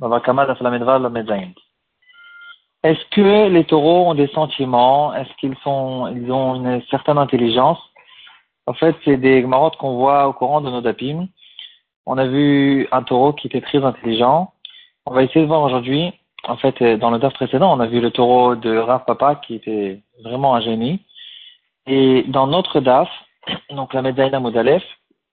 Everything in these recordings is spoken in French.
Est-ce que les taureaux ont des sentiments? Est-ce ils ont une certaine intelligence? En fait, c'est des marottes qu'on voit au courant de nos dapim. On a vu un taureau qui était très intelligent. On va essayer de voir aujourd'hui. En fait, dans le daf précédent, on a vu le taureau de Rav Papa qui était vraiment un génie. Et dans notre daf, donc la Medzaïna Moudalef,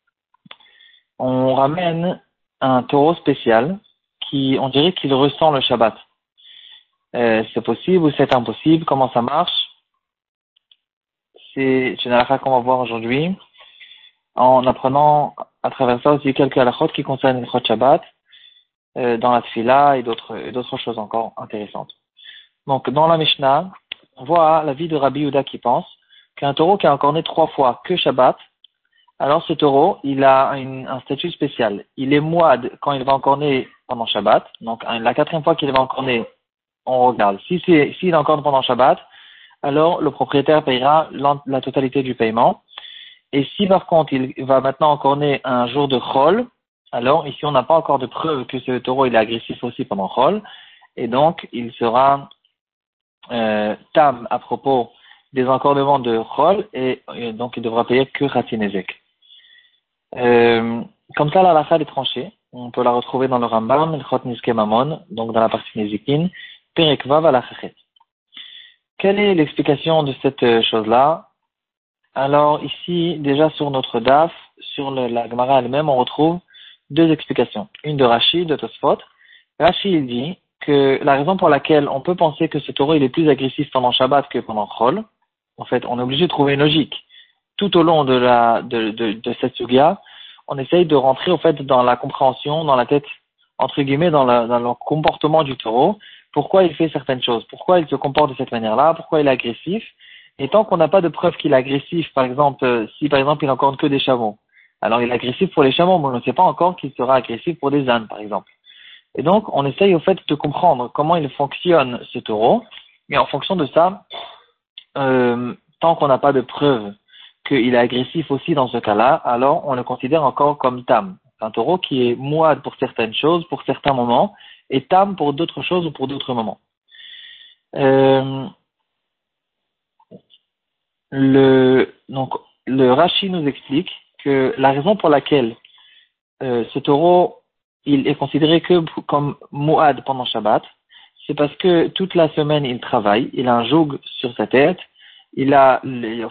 on ramène un taureau spécial on dirait qu'il ressent le Shabbat. C'est possible ou c'est impossible? Comment ça marche? C'est une halakha qu'on va voir aujourd'hui, en apprenant à travers ça aussi quelques halakhot qui concernent le Chot Shabbat, dans la Tfila et d'autres choses encore intéressantes. Donc, dans la Mishnah, on voit la vie de Rabbi Yehuda qui pense qu'un taureau qui a encore né 3 fois que Shabbat, alors ce taureau, il a un statut spécial. Il est mouad quand il va encore né pendant Shabbat. Donc, la 4e fois qu'il va encore né, on regarde. S'il est encore pendant Shabbat, alors le propriétaire payera la totalité du paiement. Et si par contre il va maintenant encore né un jour de Chol, alors ici on n'a pas encore de preuve que ce taureau il est agressif aussi pendant Chol, et donc il sera tam à propos des encordements de Chol, et donc il devra payer que Khatinezek. Comme ça la halakha est tranchée, on peut la retrouver dans le Rambam, le Chot Nizke Mamon, donc dans la partie Nezikin, Perek Vav Alachachet. Quelle est l'explication de cette chose-là? Alors ici, déjà sur notre daf, sur la Gemara elle-même, on retrouve 2 explications. Une de Rashi, de Tosfot. Rashi il dit que la raison pour laquelle on peut penser que ce taureau il est plus agressif pendant Shabbat que pendant Chol, en fait, on est obligé de trouver une logique. Tout au long de cette sugya, on essaye de rentrer en fait dans la compréhension, dans la tête, entre guillemets, dans le comportement du taureau. Pourquoi il fait certaines choses? Pourquoi il se comporte de cette manière-là? Pourquoi il est agressif? Et tant qu'on n'a pas de preuve qu'il est agressif, par exemple, si par exemple il n'encorne que des chameaux, alors il est agressif pour les chameaux, mais on ne sait pas encore qu'il sera agressif pour des ânes, par exemple. Et donc, on essaye au fait de comprendre comment il fonctionne ce taureau, et en fonction de ça, tant qu'on n'a pas de preuve qu'il est agressif aussi dans ce cas-là, alors on le considère encore comme tam. Un taureau qui est mouad pour certaines choses, pour certains moments, et tam pour d'autres choses ou pour d'autres moments. Donc, le Rashi nous explique que la raison pour laquelle ce taureau il est considéré que comme mouad pendant Shabbat, c'est parce que toute la semaine il travaille, il a un joug sur sa tête, il a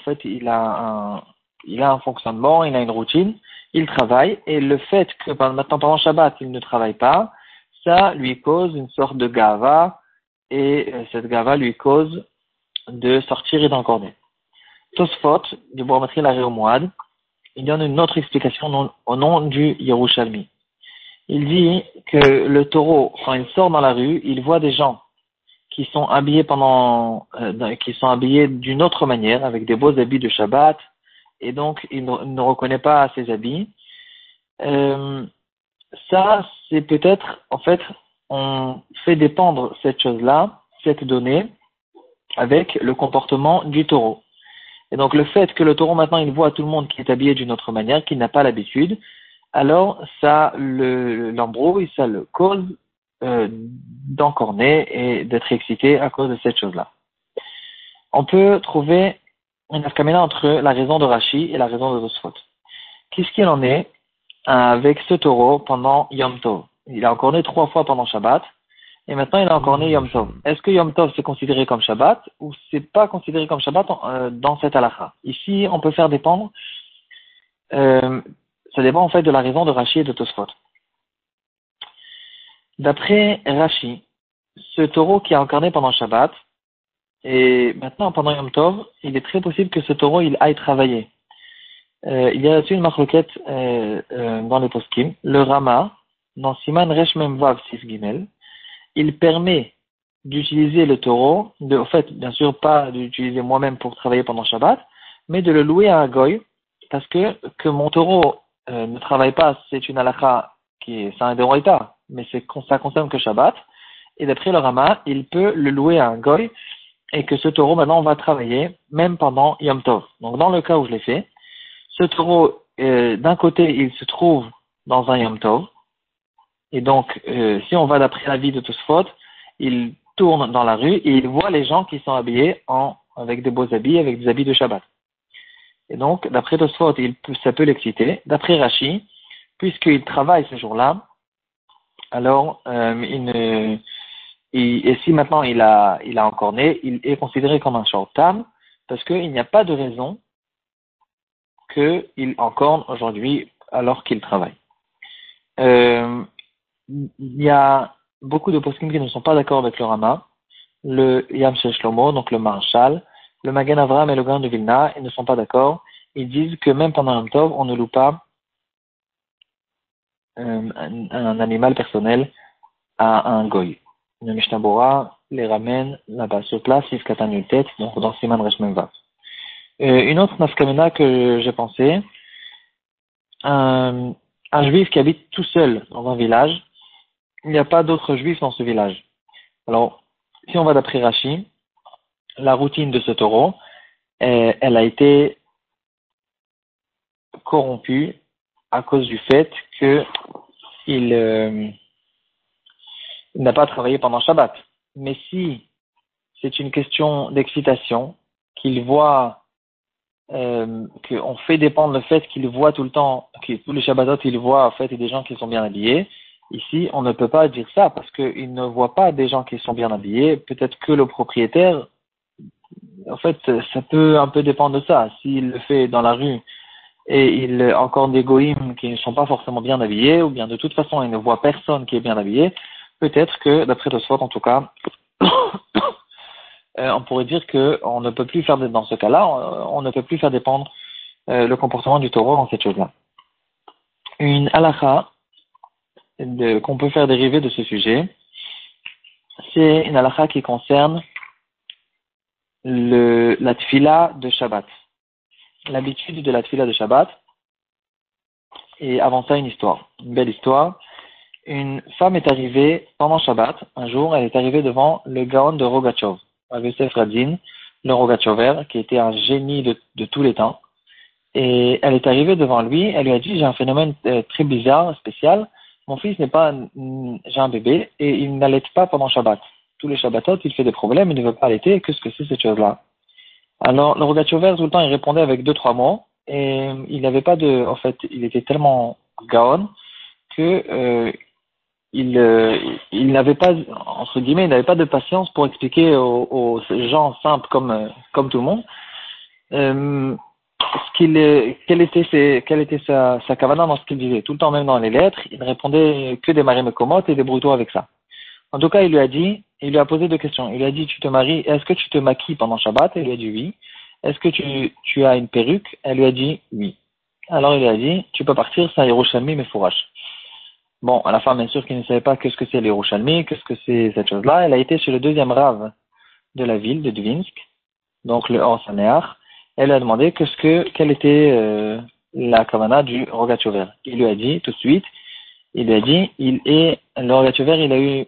un fonctionnement, il a une routine, il travaille, et le fait que maintenant pendant Shabbat il ne travaille pas, ça lui cause une sorte de gava, et cette gava lui cause de sortir et d'encorner. Tosfot, du Bourmatri la Réomouad, il donne une autre explication au nom du Yerushalmi. Il dit que le taureau, quand il sort dans la rue, il voit des gens qui sont habillés d'une autre manière, avec des beaux habits de Shabbat, et donc il ne reconnaît pas ces habits. Ça, c'est peut-être, en fait, on fait dépendre cette chose-là, cette donnée, avec le comportement du taureau. Et donc le fait que le taureau maintenant il voit tout le monde qui est habillé d'une autre manière, qu'il n'a pas l'habitude, alors ça l'embrouille, ça le cause d'encorner et d'être excité à cause de cette chose-là. On peut trouver une afkamena entre la raison de Rashi et la raison de Tosfot. Qu'est-ce qu'il en est avec ce taureau pendant Yom Tov? Il a encorné 3 fois pendant Shabbat, et maintenant il a encorné Yom Tov. Est-ce que Yom Tov c'est considéré comme Shabbat ou c'est pas considéré comme Shabbat dans cette halakha? Ici, on peut faire dépendre. Ça dépend en fait de la raison de Rashi et de Tosfot. D'après Rashi, ce taureau qui a encorné pendant Shabbat, et maintenant pendant Yom Tov, il est très possible que ce taureau il aille travailler. Il y a là-dessus une marloquette dans les poskim. Le Rama, dans Siman Resh Mem Vav Sif Gimel, il permet d'utiliser le taureau, en fait, bien sûr, pas d'utiliser moi-même pour travailler pendant Shabbat, mais de le louer à un goy, parce que mon taureau ne travaille pas, c'est une halakha c'est un déroïta, mais ça concerne que Shabbat, et d'après le Rama, il peut le louer à un goy, et que ce taureau, maintenant, va travailler, même pendant Yom Tov. Donc, dans le cas où je l'ai fait, ce taureau, d'un côté, il se trouve dans un Yom Tov, Et donc, si on va d'après l'avis de Tosfot, il tourne dans la rue et il voit les gens qui sont habillés avec des beaux habits, avec des habits de Shabbat. Et donc, d'après Tosfot, ça peut l'exciter. D'après Rashi, puisqu'il travaille ce jour-là, alors et si maintenant il a encore né, il est considéré comme un shortam parce qu'il n'y a pas de raison qu'il encorne aujourd'hui alors qu'il travaille. Il y a beaucoup de poskim qui ne sont pas d'accord avec le Rama, le Yam Shlomo, donc le Maharshal, le Magen Avraham et le Gaon de Vilna, ils ne sont pas d'accord. Ils disent que même pendant un Tov, on ne loue pas un animal personnel à un goy. Le Mishnah Bora les ramène là-bas sur place, Yves Katan donc dans Siman Reshmem Vav. Une autre nafkamena que j'ai pensé, un juif qui habite tout seul dans un village, il n'y a pas d'autres juifs dans ce village. Alors, si on va d'après Rashi, la routine de ce taureau, elle a été corrompue à cause du fait qu'il n'a pas travaillé pendant Shabbat. Mais si c'est une question d'excitation, qu'il voit, qu'on fait dépendre le fait qu'il voit tout le temps, que tous les Shabbatot, il voit en fait des gens qui sont bien habillés. Ici, on ne peut pas dire ça parce qu'il ne voit pas des gens qui sont bien habillés. Peut-être que le propriétaire, en fait, ça peut un peu dépendre de ça. S'il le fait dans la rue et il a encore des goïms qui ne sont pas forcément bien habillés, ou bien de toute façon, il ne voit personne qui est bien habillé, peut-être que, d'après Tosfot en tout cas, on pourrait dire qu'on ne peut plus faire, dans ce cas-là, on ne peut plus faire dépendre le comportement du taureau dans cette chose-là. Une halakha qu'on peut faire dériver de ce sujet, c'est une halakha qui concerne la tfila de Shabbat. L'habitude de la tfila de Shabbat, et avant ça une belle histoire. Une femme est arrivée pendant Shabbat, un jour, elle est arrivée devant le Gaon de Rogatchov, Yosef Radin, le Rogatchover, qui était un génie de tous les temps. Et elle est arrivée devant lui, elle lui a dit, j'ai un phénomène très bizarre, spécial, mon fils j'ai un bébé, et il n'allait pas pendant Shabbat. Tous les Shabbatot, il fait des problèmes, il ne veut pas allaiter, qu'est-ce que c'est cette chose-là? Alors, le Rogatchover, tout le temps, il répondait avec 2-3 mots, et il n'avait pas en fait, il était tellement gaon que, il n'avait pas, entre guillemets, il n'avait pas de patience pour expliquer aux gens simples comme tout le monde, quelle était sa kavana dans ce qu'il disait. Tout le temps, même dans les lettres, il ne répondait que des maris mekomotes et des brouteaux avec ça. En tout cas, il lui a posé 2 questions. Il lui a dit, est-ce que tu te maquilles pendant Shabbat? Elle lui a dit oui. Est-ce que tu as une perruque? Elle lui a dit oui. Alors il lui a dit, tu peux partir, ça Yerushalmi Mefourash. Bon, à la fin, bien sûr, qu'il ne savait pas qu'est-ce que c'est l'Yerushalmi, qu'est-ce que c'est cette chose-là. Elle a été chez le deuxième rave de la ville, de Dvinsk, donc le Or Sanéach. Elle a demandé quelle était la kavana du Rogatchover. Il lui a dit tout de suite, il lui a dit, le Rogatchover,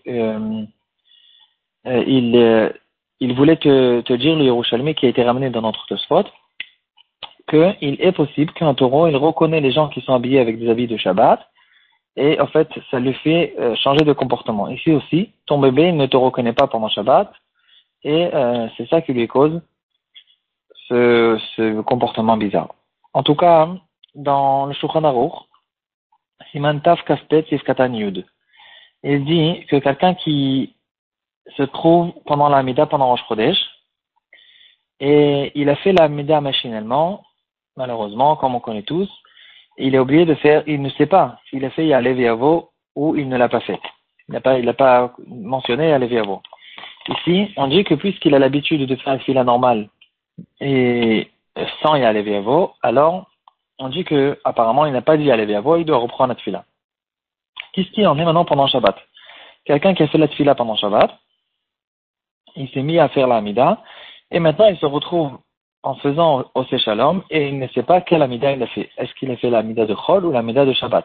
il voulait te dire, le Yerushalmi qui a été ramené dans notre Tosfot, qu'il est possible qu'un taureau, il reconnaît les gens qui sont habillés avec des habits de Shabbat, et en fait, ça lui fait changer de comportement. Ici aussi, ton bébé ne te reconnaît pas pendant Shabbat, et c'est ça qui lui cause ce comportement bizarre. En tout cas, dans le Shulchan Aruch, Siman Tav Kaftet Sif Katan Yud, il dit que quelqu'un qui se trouve pendant la Hamida, pendant Rosh Chodesh, et il a fait la Hamida machinalement, malheureusement, comme on connaît tous, il est obligé de faire, il ne sait pas s'il a fait Ya'alev Yavo ou il ne l'a pas fait. Il n'a pas mentionné Ya'alev Yavo. Ici, on dit que puisqu'il a l'habitude de faire la fila normale et sans Ya'alev Yavo, alors on dit que apparemment il n'a pas dit Ya'alev Yavo, il doit reprendre la tfila. Qu'est-ce qui en est maintenant pendant Shabbat? Quelqu'un qui a fait la tfila pendant Shabbat, il s'est mis à faire la Hamida, et maintenant il se retrouve en faisant Oseh Shalom, et il ne sait pas quelle Hamida il a fait. Est-ce qu'il a fait la Hamida de Chol ou la Hamida de Shabbat?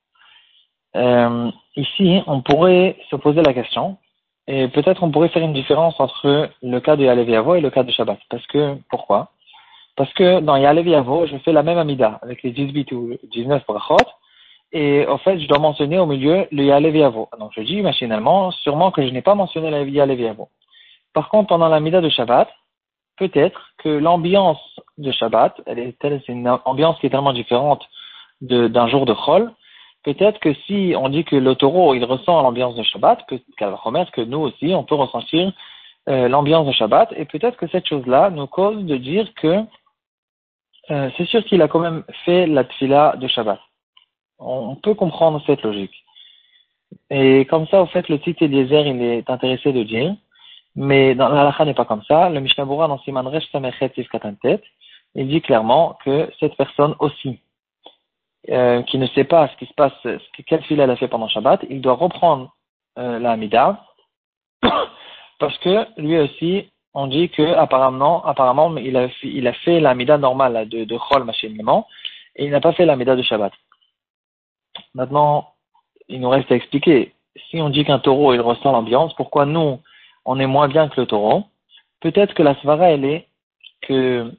Ici, on pourrait se poser la question, et peut-être on pourrait faire une différence entre le cas de Ya'alev Yavo et le cas de Shabbat. Pourquoi? Parce que dans Ya'alev Yavo, je fais la même Hamida, avec les 18 ou 19 brachot, et en fait, je dois mentionner au milieu le Ya'alev Yavo. Donc, je dis machinalement, sûrement que je n'ai pas mentionné le Ya'alev Yavo. Par contre, pendant la Mida de Shabbat, peut-être que l'ambiance de Shabbat, c'est une ambiance qui est tellement différente d'un jour de Chol. Peut-être que si on dit que le taureau, il ressent l'ambiance de Shabbat, qu'elle va remettre que nous aussi, on peut ressentir l'ambiance de Shabbat, et peut-être que cette chose-là nous cause de dire que c'est sûr qu'il a quand même fait la tfila de Shabbat. On peut comprendre cette logique. Et comme ça, au fait, le Tzitz Eliezer, il est intéressé de dire, mais dans la halakha n'est pas comme ça. Le Mishnah Berurah dans Siman Resh Samechet Sif Katantet, il dit clairement que cette personne aussi, qui ne sait pas ce qui se passe, quelle fila elle a fait pendant Shabbat, il doit reprendre la Hamida, parce que lui aussi, on dit que apparemment, il a fait la Hamida normale de Chol machinalement, et il n'a pas fait la Hamida de Shabbat. Maintenant, il nous reste à expliquer. Si on dit qu'un taureau, il ressent l'ambiance, pourquoi nous, on est moins bien que le taureau? Peut-être que la svara, elle est que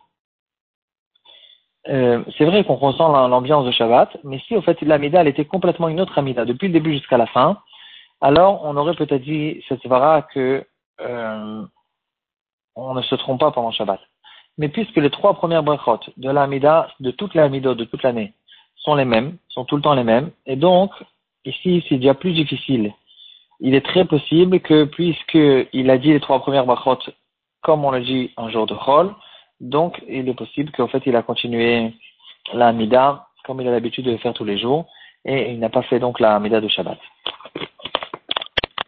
c'est vrai qu'on ressent l'ambiance de Shabbat, mais si au fait l'amida, elle était complètement une autre amida, depuis le début jusqu'à la fin, alors on aurait peut-être dit cette svara que on ne se trompe pas pendant Shabbat. Mais puisque les trois premières brachot de l'amida, de toute l'amida de toute l'année, sont les mêmes, sont tout le temps les mêmes, et donc ici c'est déjà plus difficile. Il est très possible que, puisqu'il a dit les trois premières brachot, comme on l'a dit un jour de Chol, donc il est possible qu'en fait il a continué la Hamida, comme il a l'habitude de le faire tous les jours, et il n'a pas fait donc la Hamida de Shabbat.